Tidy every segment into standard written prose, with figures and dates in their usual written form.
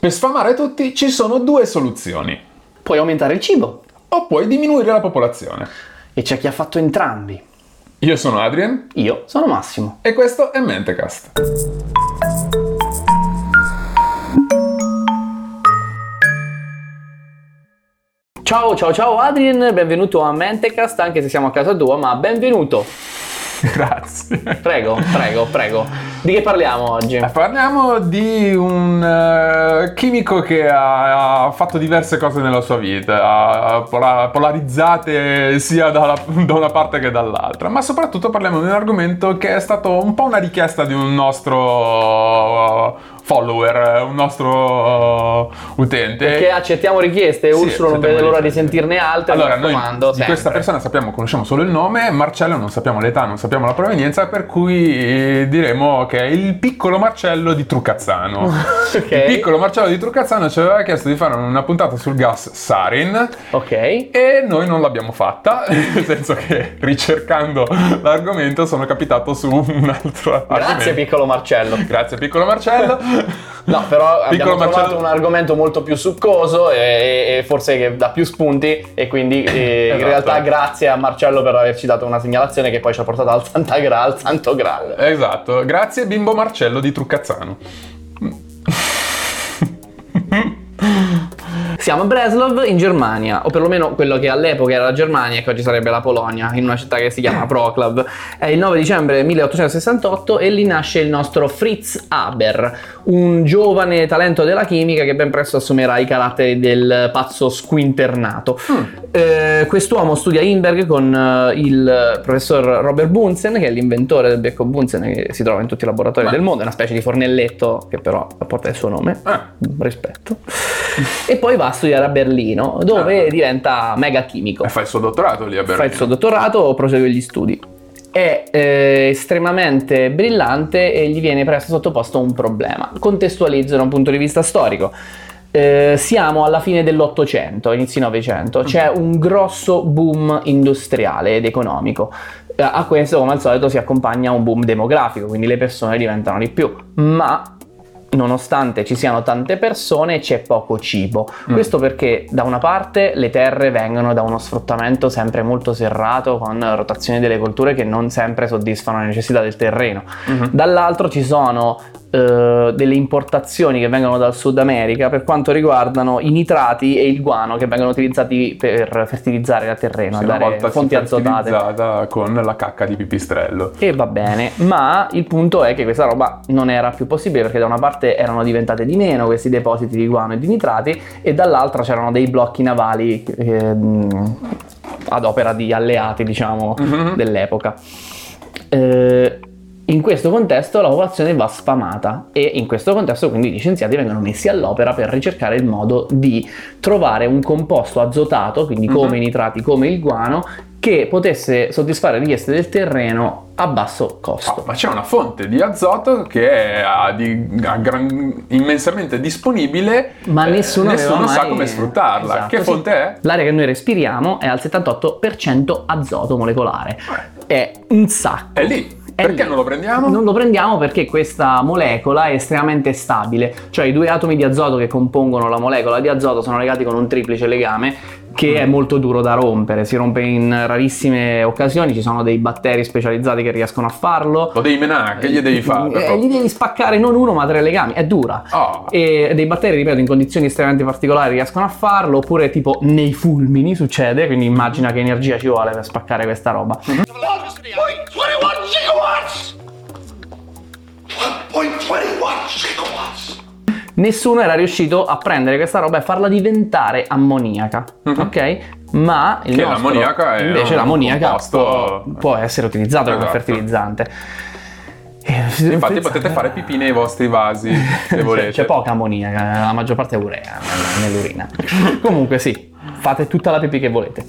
Per sfamare tutti ci sono due soluzioni. Puoi aumentare il cibo. O puoi diminuire la popolazione. E c'è chi ha fatto entrambi. Io sono Adrien. Io sono Massimo. E questo è Mentecast. Ciao Adrien, benvenuto a Mentecast, anche se siamo a casa tua, ma benvenuto. Grazie. Prego. Di che parliamo oggi? Parliamo di un chimico che ha fatto diverse cose nella sua vita, polarizzate sia da una parte che dall'altra, ma soprattutto parliamo di un argomento che è stato un po' una richiesta di un nostro follower, un nostro utente. Perché accettiamo richieste, Sì, Ursulo non vede l'ora di sentirne altre. Allora, mi raccomando, noi di questa persona conosciamo solo il nome, Marcello non sappiamo l'età, non sappiamo la provenienza, per cui diremo che è il piccolo Marcello di Truccazzano. Okay. Il piccolo Marcello di Truccazzano ci aveva chiesto di fare una puntata sul gas sarin. Ok. E noi non l'abbiamo fatta, nel senso che ricercando l'argomento sono capitato su un altro argomento. Grazie piccolo Marcello. Grazie piccolo Marcello. No, però Piccolo abbiamo trovato Marcello. un argomento molto più succoso e forse che dà più spunti, e quindi in Esatto. realtà grazie a Marcello per averci dato una segnalazione che poi ci ha portato al Santo Graal. Esatto, grazie bimbo Marcello di Truccazzano. Siamo a Breslov in Germania, o perlomeno quello che all'epoca era la Germania e che oggi sarebbe la Polonia, in una città che si chiama Wrocław. È il 9 dicembre 1868 e lì nasce il nostro Fritz Haber, un giovane talento della chimica che ben presto assumerà i caratteri del pazzo squinternato. Quest'uomo studia a Inberg con il professor Robert Bunsen, che è l'inventore del becco Bunsen che si trova in tutti i laboratori del mondo, è una specie di fornelletto che però porta il suo nome, rispetto. E poi va a studiare a Berlino, dove diventa mega chimico. E fa il suo dottorato lì a Berlino. Fa il suo dottorato, prosegue gli studi. È estremamente brillante e gli viene presto sottoposto a un problema. Contestualizzo da un punto di vista storico. Siamo alla fine dell'Ottocento, inizi Novecento, c'è un grosso boom industriale ed economico. A questo, come al solito, si accompagna un boom demografico, quindi le persone diventano di più, ma nonostante ci siano tante persone c'è poco cibo. Questo perché da una parte le terre vengono da uno sfruttamento sempre molto serrato, con rotazioni delle colture che non sempre soddisfano le necessità del terreno. Dall'altro ci sono delle importazioni che vengono dal Sud America per quanto riguardano i nitrati e il guano che vengono utilizzati per fertilizzare il terreno, a dare fonti azotate. Fertilizzata con la cacca di pipistrello. E va bene, ma il punto è che questa roba non era più possibile, perché da una parte erano diventate di meno questi depositi di guano e di nitrati, e dall'altra c'erano dei blocchi navali ad opera di alleati, diciamo, dell'epoca. In questo contesto la popolazione va sfamata, e in questo contesto quindi gli scienziati vengono messi all'opera per ricercare il modo di trovare un composto azotato, quindi come i nitrati, come il guano, che potesse soddisfare le richieste del terreno a basso costo. Ma c'è una fonte di azoto che è immensamente disponibile, ma nessuno sa come sfruttarla. Esatto, che fonte è? L'aria che noi respiriamo è al 78% azoto molecolare. È un sacco. È lì. Perché non lo prendiamo? Non lo prendiamo perché questa molecola è estremamente stabile, cioè i due atomi di azoto che compongono la molecola di azoto sono legati con un triplice legame che è molto duro da rompere, si rompe in rarissime occasioni, ci sono dei batteri specializzati che riescono a farlo. Lo devi menare, che gli devi fare? Gli devi spaccare non uno ma 3 legami, è dura. E dei batteri, ripeto, in condizioni estremamente particolari riescono a farlo, oppure tipo nei fulmini succede, quindi immagina che energia ci vuole per spaccare questa roba. 1.21 gigawatts! 1.21 gigawatts! Nessuno era riuscito a prendere questa roba e farla diventare ammoniaca, ok? Ma il nostro, l'ammoniaca è invece un l'ammoniaca composto... può essere utilizzato come Esatto. fertilizzante. Infatti potete fare pipì nei vostri vasi se volete. C'è poca ammoniaca, la maggior parte è urea nell'urina. Comunque sì, fate tutta la pipì che volete.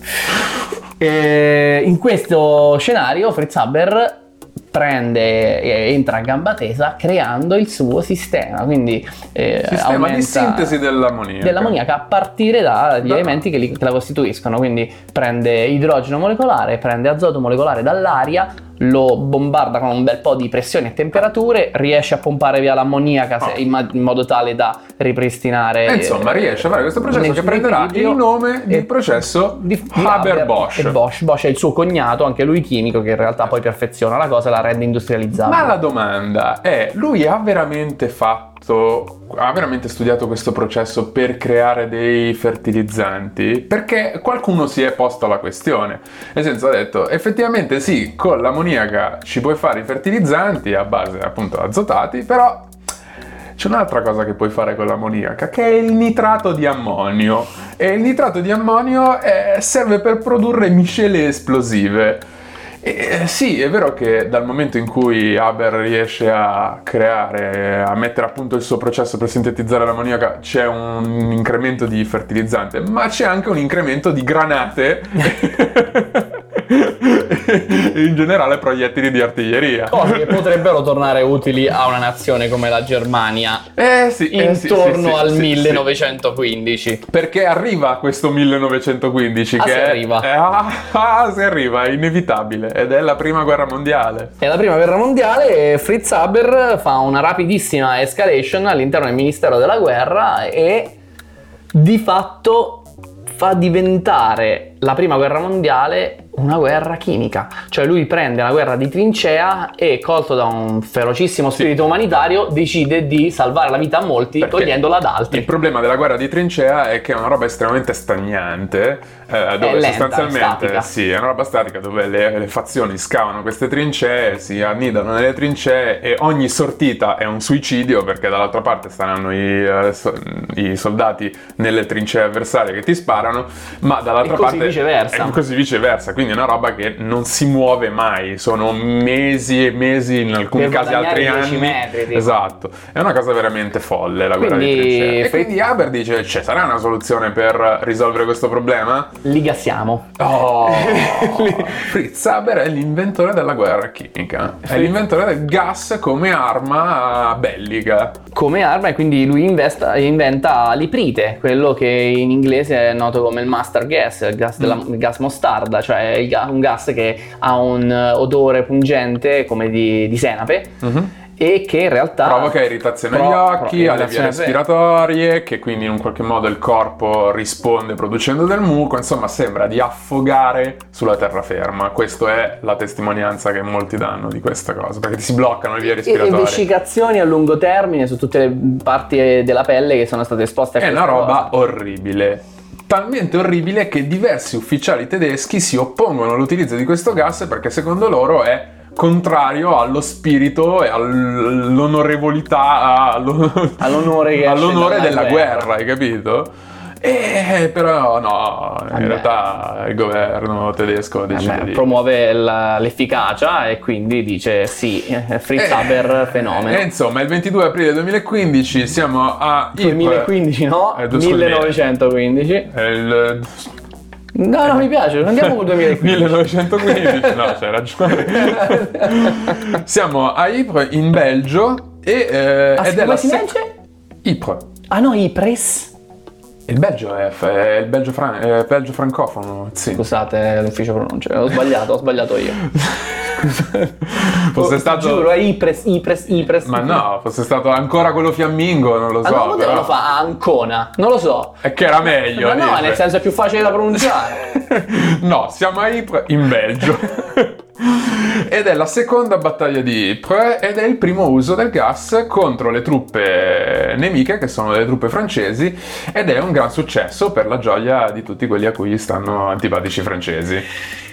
In questo scenario Fritz Haber entra a gamba tesa creando il suo sistema, quindi sistema di sintesi dell'ammoniaca a partire dagli elementi che la costituiscono, quindi prende idrogeno molecolare, prende azoto molecolare dall'aria, lo bombarda con un bel po' di pressioni e temperature, riesce a pompare via l'ammoniaca in modo tale da ripristinare. E insomma, riesce a fare questo processo che prenderà il nome di processo di Haber-Bosch. E Bosch è il suo cognato, anche lui chimico, che in realtà poi perfeziona la cosa e la rende industrializzabile. Ma la domanda è, lui ha veramente studiato questo processo per creare dei fertilizzanti? Perché qualcuno si è posto la questione. Nel senso, ha detto, effettivamente sì, con l'ammoniaca ci puoi fare i fertilizzanti a base appunto azotati, però c'è un'altra cosa che puoi fare con l'ammoniaca, che è il nitrato di ammonio. E il nitrato di ammonio serve per produrre miscele esplosive. E sì, è vero che dal momento in cui Haber riesce a creare, a mettere a punto il suo processo per sintetizzare l'ammoniaca, c'è un incremento di fertilizzante, ma c'è anche un incremento di granate e in generale proiettili di artiglieria. Cose che potrebbero tornare utili a una nazione come la Germania intorno al 1915. Perché arriva questo 1915 che si arriva. Si arriva, è inevitabile. Ed è la prima guerra mondiale. È la prima guerra mondiale e Fritz Haber fa una rapidissima escalation all'interno del Ministero della Guerra e di fatto fa diventare la prima guerra mondiale una guerra chimica. Cioè lui prende la guerra di trincea e, colto da un ferocissimo spirito umanitario, decide di salvare la vita a molti togliendola ad altri. Il problema della guerra di trincea è che è una roba estremamente stagnante, dove lenta, sostanzialmente statica. è una roba statica dove le fazioni scavano queste trincee, si annidano nelle trincee e ogni sortita è un suicidio, perché dall'altra parte staranno i soldati nelle trincee avversarie che ti sparano, ma dall'altra parte viceversa. È così viceversa, quindi è una roba che non si muove mai, sono mesi e mesi, in alcuni casi altri 10 anni. metri, tipo. Esatto, è una cosa veramente folle la guerra di trincea. E quindi Haber dice, c'è sarà una soluzione per risolvere questo problema? Li gassiamo. Fritz Haber è l'inventore della guerra chimica, è l'inventore del gas come arma bellica. Come arma, e quindi lui inventa l'iprite, quello che in inglese è noto come il mustard gas, il gas mostarda, cioè un gas che ha un odore pungente come di senape. E che in realtà provoca irritazione agli occhi, alle vie respiratorie, che quindi in un qualche modo il corpo risponde producendo del muco, insomma sembra di affogare sulla terraferma. Questa è la testimonianza che molti danno di questa cosa, perché ti si bloccano le vie respiratorie. E vescicazioni a lungo termine su tutte le parti della pelle che sono state esposte a questa cosa. È una roba orribile. Talmente orribile che diversi ufficiali tedeschi si oppongono all'utilizzo di questo gas perché secondo loro è contrario allo spirito e all'onorevolità, all'onore della guerra, hai capito? Però no, in realtà il governo tedesco decide di promuove l'efficacia e quindi dice sì, Fritz Haber fenomeno. E insomma, il 22 aprile 2015 siamo a 2015 no, 1915. No, mi piace, andiamo col 2015. 1915, no, c'hai ragione. Siamo a Ypres, in Belgio, ed è come si legge? Ypres. Ah no, Ypres. Il Belgio è il Belgio francofono, sì. Scusate, l'ufficio pronuncia, ho sbagliato io. Fosse stato... Giuro, è Ypres. Ma no, fosse stato ancora quello fiammingo, non lo so. Ma però lo fa a Ancona, non lo so. È che era meglio. Ma no, nel senso è più facile da pronunciare. No, siamo a Ypres, in Belgio. Ed è la seconda battaglia di Ypres ed è il primo uso del gas contro le truppe nemiche, che sono le truppe francesi, ed è un gran successo per la gioia di tutti quelli a cui stanno antipatici i francesi.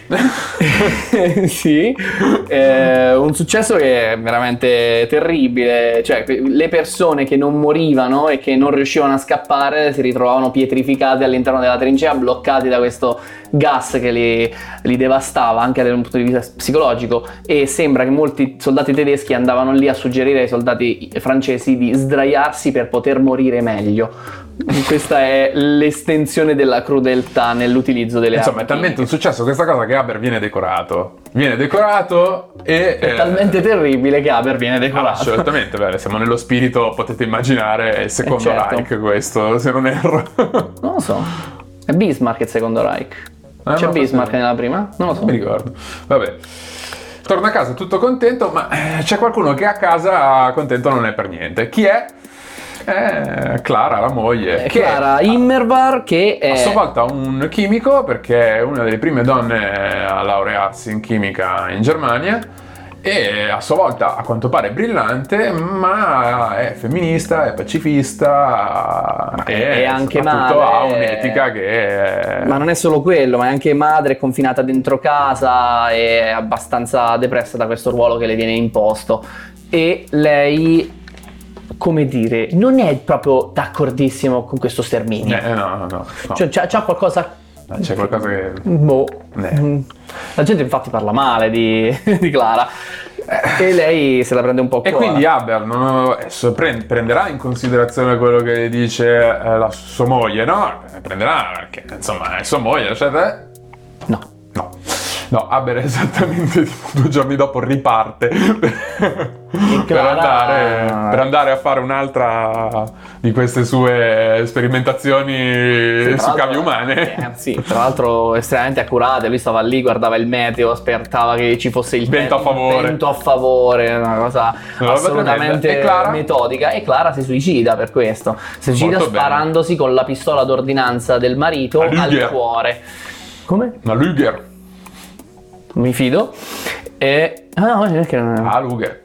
Sì, un successo che è veramente terribile, cioè le persone che non morivano e che non riuscivano a scappare si ritrovavano pietrificate all'interno della trincea, bloccati da questo gas che li devastava anche da un punto di vista psicologico, e sembra che molti soldati tedeschi andavano lì a suggerire ai soldati francesi di sdraiarsi per poter morire meglio. Questa è l'estensione della crudeltà nell'utilizzo delle armi. Insomma, è talmente un successo questa cosa che Haber viene decorato e... È talmente terribile che Haber viene decorato. Assolutamente, beh, siamo nello spirito, potete immaginare, è il secondo certo. Reich questo, se non erro. Non lo so. È Bismarck il secondo Reich. C'è Bismarck nella prima? Non lo so. Non mi ricordo. Vabbè. torna a casa tutto contento, ma c'è qualcuno che a casa contento non è per niente. Chi è? Clara, la moglie. Clara Immerwahr, che è a sua volta un chimico, perché è una delle prime donne a laurearsi in chimica in Germania, e a sua volta a quanto pare brillante, ma è femminista, è pacifista e anche soprattutto madre. ha un'etica che Ma non è solo quello, ma è anche madre, è confinata dentro casa, è abbastanza depressa da questo ruolo che le viene imposto. E lei, come dire, non è proprio d'accordissimo con questo sterminio. No. Cioè c'ha qualcosa... C'è qualcosa che... Boh. La gente infatti parla male di Clara. E lei se la prende un po' E quindi Haber prenderà in considerazione quello che dice la sua moglie, no? Prenderà perché insomma è sua moglie, cioè No, Haber esattamente tipo 2 giorni dopo riparte per andare a fare un'altra di queste sue sperimentazioni su cavi umane. Sì, tra l'altro estremamente accurate. Lui stava lì, guardava il meteo, aspettava che ci fosse il vento a favore, una cosa assolutamente metodica. E Clara si suicida per questo. Si suicida Molto sparandosi con la pistola d'ordinanza del marito al cuore. Come? Una Luger. Mi fido. E... no, perché non è... Luger.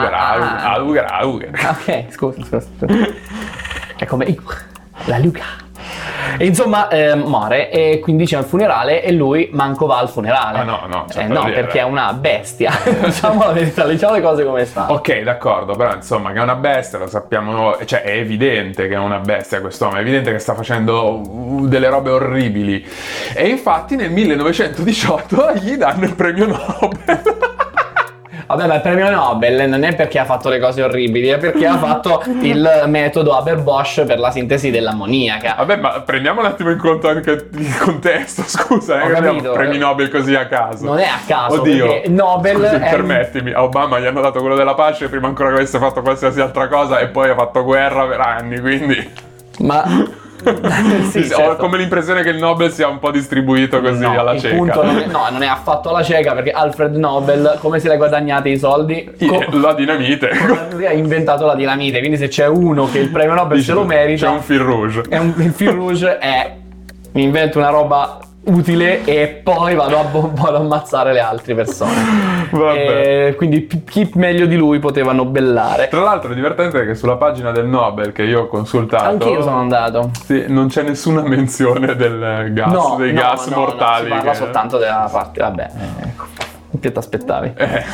Ok, scusa. È come... la Luca. E insomma muore, e quindi c'è il funerale e lui manco va al funerale. No, perché è una bestia. Diciamo la verità, diciamo le cose come stanno. Ok, d'accordo, però insomma che è una bestia, lo sappiamo, cioè è evidente che è una bestia quest'uomo, è evidente che sta facendo delle robe orribili. E infatti nel 1918 gli danno il premio Nobel. Vabbè, ma il premio Nobel non è perché ha fatto le cose orribili, è perché ha fatto il metodo Haber-Bosch per la sintesi dell'ammoniaca. Vabbè, ma prendiamo un attimo in conto anche il contesto, scusa, Ho capito, premi Nobel così a caso. Non è a caso, oddio, perché Nobel scusi, è... permettimi, a Obama gli hanno dato quello della pace prima ancora che avesse fatto qualsiasi altra cosa e poi ha fatto guerra per anni, quindi... Ma... sì, certo. Ho come l'impressione che il Nobel sia un po' distribuito così alla cieca. Il punto non è affatto alla cieca, perché Alfred Nobel come se l'ha guadagnati i soldi? La dinamite. Lui ha inventato la dinamite, quindi se c'è uno che il premio Nobel se lo merita, c'è un fil rouge. Il fil rouge è: mi invento una roba utile e poi vado a ammazzare le altre persone. Vabbè. Quindi chi meglio di lui poteva nobellare. Tra l'altro è divertente che sulla pagina del Nobel che io ho consultato, anch'io sono andato, sì, non c'è nessuna menzione del gas, gas mortali. Si parla soltanto della parte, vabbè, ecco, che ti aspettavi?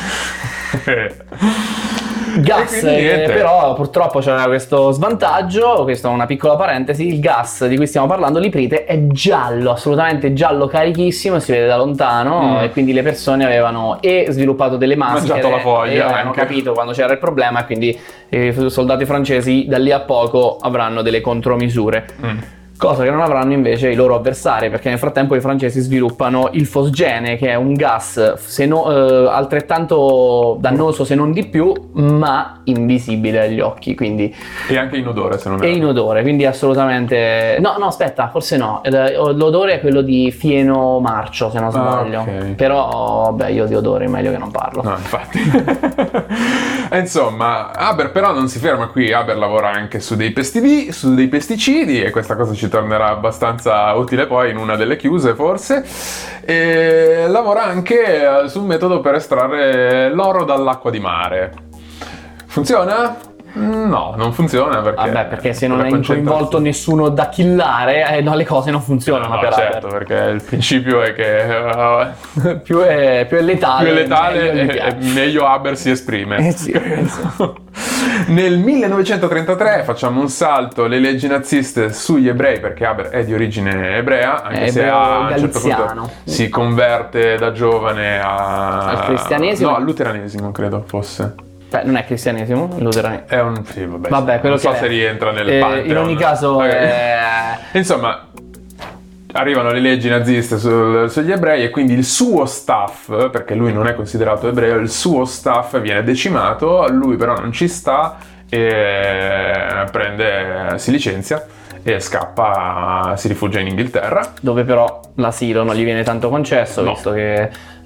Gas, però purtroppo c'era questo svantaggio, questa è una piccola parentesi: il gas di cui stiamo parlando, l'iprite, è giallo, assolutamente giallo, carichissimo, si vede da lontano, e quindi le persone avevano sviluppato delle maschere, mangiato la foglia, e avevano capito quando c'era il problema, e quindi i soldati francesi da lì a poco avranno delle contromisure. Cosa che non avranno invece i loro avversari, perché nel frattempo i francesi sviluppano il fosgene, che è un gas altrettanto dannoso se non di più, ma invisibile agli occhi, quindi... E anche in odore, se non erro. E in odore, quindi assolutamente... No, aspetta, forse no. L'odore è quello di fieno marcio, se non sbaglio. Okay. Però, vabbè, io di odore è meglio che non parlo. No, infatti. Insomma, Haber però non si ferma qui. Haber lavora anche su dei pesticidi, e questa cosa ci tornerà abbastanza utile poi in una delle chiuse forse. E lavora anche su un metodo per estrarre l'oro dall'acqua di mare. Funziona? No, non funziona perché... Vabbè, perché se non è coinvolto nessuno da killare, le cose non funzionano. No, certo, perché il principio è che più è letale, e meglio Haber si esprime. Sì. Nel 1933 facciamo un salto: le leggi naziste sugli ebrei, perché Haber è di origine ebrea, anche se a un certo punto si converte da giovane al cristianesimo. No, al luteranesimo credo fosse. Beh, non è cristianesimo, è luteranesimo. È un... sì, vabbè quello non so se rientra nel Pantheon. In ogni caso insomma, arrivano le leggi naziste sugli ebrei, e quindi il suo staff, perché lui non è considerato ebreo, il suo staff viene decimato. Lui però non ci sta e si licenzia e scappa, si rifugia in Inghilterra, dove però l'asilo non gli viene tanto concesso, visto che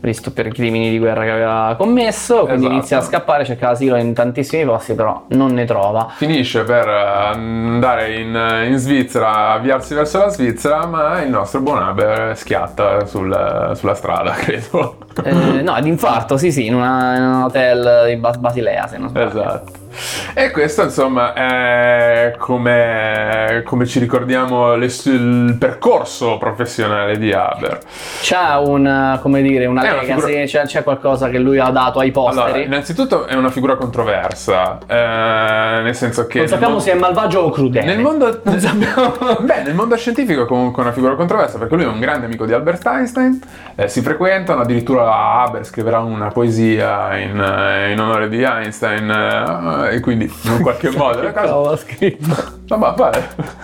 visto per i crimini di guerra che aveva commesso, quindi Esatto. inizia a scappare, cerca asilo in tantissimi posti, però non ne trova. Finisce per andare in Svizzera, avviarsi verso la Svizzera, ma il nostro buon Haber schiatta sulla strada, credo. No, ad infarto, sì, in un hotel di Basilea, se non sbaglio. Esatto. E questo insomma è come ci ricordiamo il percorso professionale di Haber. C'ha una È una legacy, c'è qualcosa che lui ha dato ai posteri. Allora, innanzitutto è una figura controversa, nel senso che Non sappiamo se è malvagio o crudele. nel mondo Non sappiamo. Beh, nel mondo scientifico è comunque una figura controversa, perché lui è un grande amico di Albert Einstein, si frequentano, addirittura Haber scriverà una poesia in onore di Einstein, e quindi in qualche modo Che cavolo ha scritto? No, ma vabbè.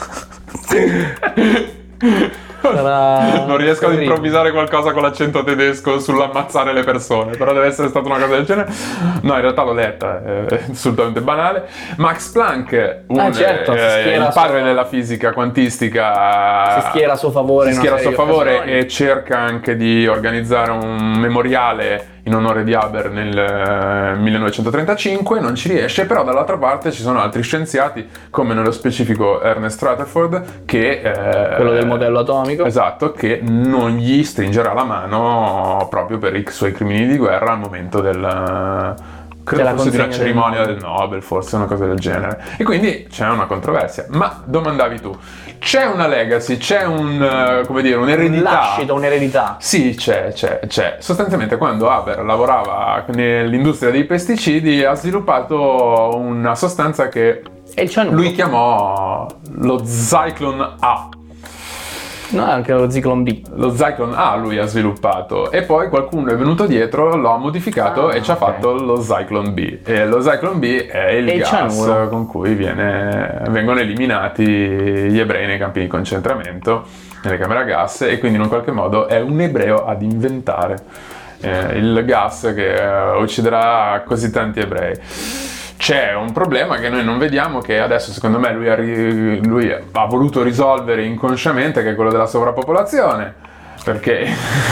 Non riesco ad improvvisare qualcosa con l'accento tedesco sull'ammazzare le persone, però deve essere stata una cosa del genere. No, in realtà l'ho letta, è assolutamente banale. Max Planck, certo, il padre della fisica quantistica, si schiera a suo favore, si schiera a in suo una serie di favore occasioni. e cerca anche di organizzare un memoriale in onore di Haber nel 1935. Non ci riesce, però dall'altra parte ci sono altri scienziati, come nello specifico Ernest Rutherford, che Quello del modello atomico. Esatto, che non gli stringerà la mano proprio per i suoi crimini di guerra al momento credo Della fosse di una consegna del cerimonia Nobel. del Nobel, forse una cosa del genere. E quindi c'è una controversia. Ma domandavi tu, c'è una legacy, c'è un'eredità? Un lascito, un'eredità. Sì, c'è. Sostanzialmente quando Haber lavorava nell'industria dei pesticidi ha sviluppato una sostanza che E il cianuro. lui chiamò lo Zyklon A. No, anche lo Zyklon B. Lo Zyklon A lui ha sviluppato e poi qualcuno è venuto dietro, lo ha modificato e ci ha ok. fatto lo Zyklon B. E lo Zyklon B è il E il gas cianuro. con cui vengono eliminati gli ebrei nei campi di concentramento, nelle camere a gas, e quindi in un qualche modo è un ebreo ad inventare il gas che ucciderà così tanti ebrei. C'è un problema che noi non vediamo, che adesso secondo me lui ha voluto risolvere inconsciamente, che è quello della sovrappopolazione, perché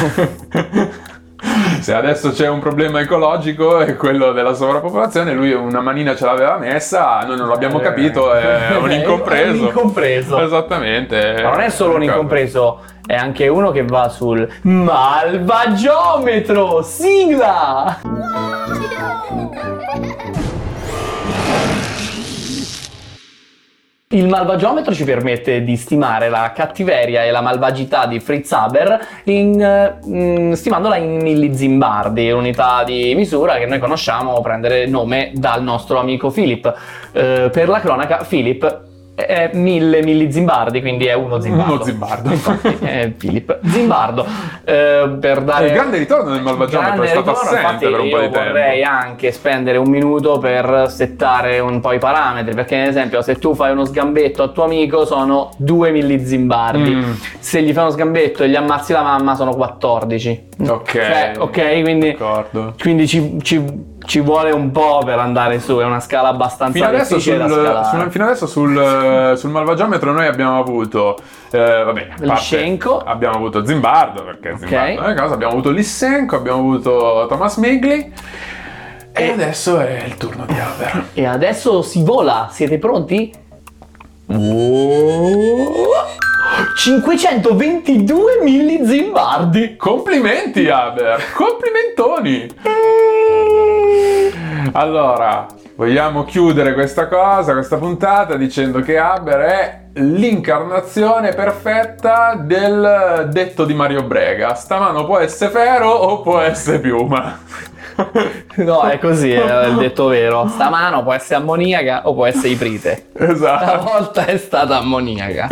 se adesso c'è un problema ecologico è quello della sovrappopolazione, lui una manina ce l'aveva messa, noi non l'abbiamo capito, è un incompreso. È un incompreso. Esattamente. Ma non è solo un incompreso, è anche uno che va sul malvagiometro. Sigla! Il malvagiometro ci permette di stimare la cattiveria e la malvagità di Fritz Haber stimandola in millizimbardi, unità di misura che noi conosciamo prendere nome dal nostro amico Philip. Per la cronaca, Philip è 1000 millizimbardi, quindi è uno zimbardo. Uno zimbardo. Infatti, è Philip Zimbardo. Per dare Il grande ritorno del malvagiometro è stato assente per un po' di io tempo. vorrei anche spendere un minuto per settare un po' i parametri, perché ad esempio se tu fai uno sgambetto a tuo amico sono 2 millizimbardi, se gli fai uno sgambetto e gli ammazzi la mamma sono 14. Ok. Cioè, ok, quindi D'accordo. ci vuole un po' per andare su, è una scala abbastanza Fino adesso, difficile da scalare. fino adesso sul malvagiometro noi abbiamo avuto Lissenko. abbiamo avuto Zimbardo, perché Zimbardo è cosa, abbiamo avuto Lissenko, abbiamo avuto Thomas Migli e adesso è il turno di Haber. E adesso si vola, siete pronti? 522 millizimbardi. Complimenti Haber, complimentoni. Allora, vogliamo chiudere questa puntata dicendo che Haber è l'incarnazione perfetta del detto di Mario Brega: stamano può essere ferro o può essere piuma. No, è così, è il detto vero. Stamano può essere ammoniaca o può essere iprite. Esatto. Stavolta è stata ammoniaca.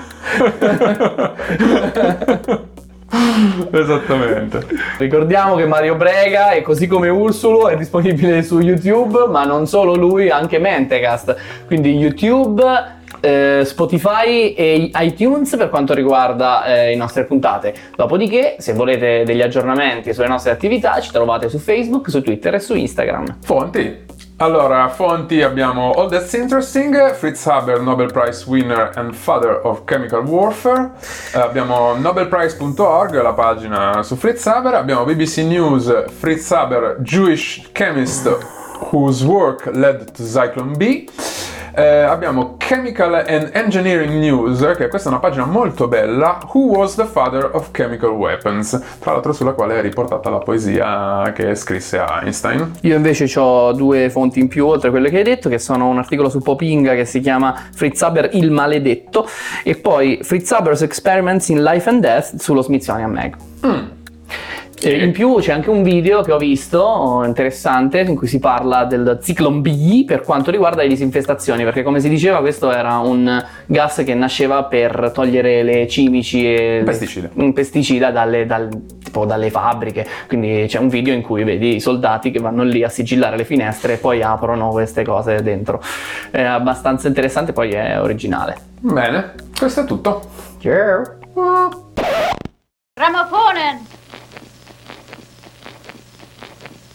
Esattamente. Ricordiamo che Mario Brega è così come Ursulo, è disponibile su YouTube, ma non solo lui, anche Mentecast. Quindi YouTube, Spotify e iTunes per quanto riguarda le nostre puntate. Dopodiché, se volete degli aggiornamenti sulle nostre attività, ci trovate su Facebook, su Twitter e su Instagram. Fonti: Allora, fonti abbiamo All That's Interesting, Fritz Haber, Nobel Prize winner and father of chemical warfare. Abbiamo nobelprize.org, la pagina su Fritz Haber. Abbiamo BBC News, Fritz Haber, Jewish chemist whose work led to Zyklon B. Abbiamo Chemical and Engineering News, che questa è una pagina molto bella, Who was the father of chemical weapons, tra l'altro sulla quale è riportata la poesia che scrisse Einstein. Io invece ho due fonti in più oltre a quelle che hai detto, che sono un articolo su Popinga che si chiama Fritz Haber il maledetto, e poi Fritz Haber's Experiments in Life and Death sullo Smithsonian Mag. In più c'è anche un video che ho visto interessante in cui si parla del Zyklon B per quanto riguarda le disinfestazioni, perché come si diceva questo era un gas che nasceva per togliere le cimici e un pesticida dalle fabbriche, quindi c'è un video in cui vedi i soldati che vanno lì a sigillare le finestre e poi aprono queste cose dentro. È abbastanza interessante, poi è originale. Bene, questo è tutto. Ciao.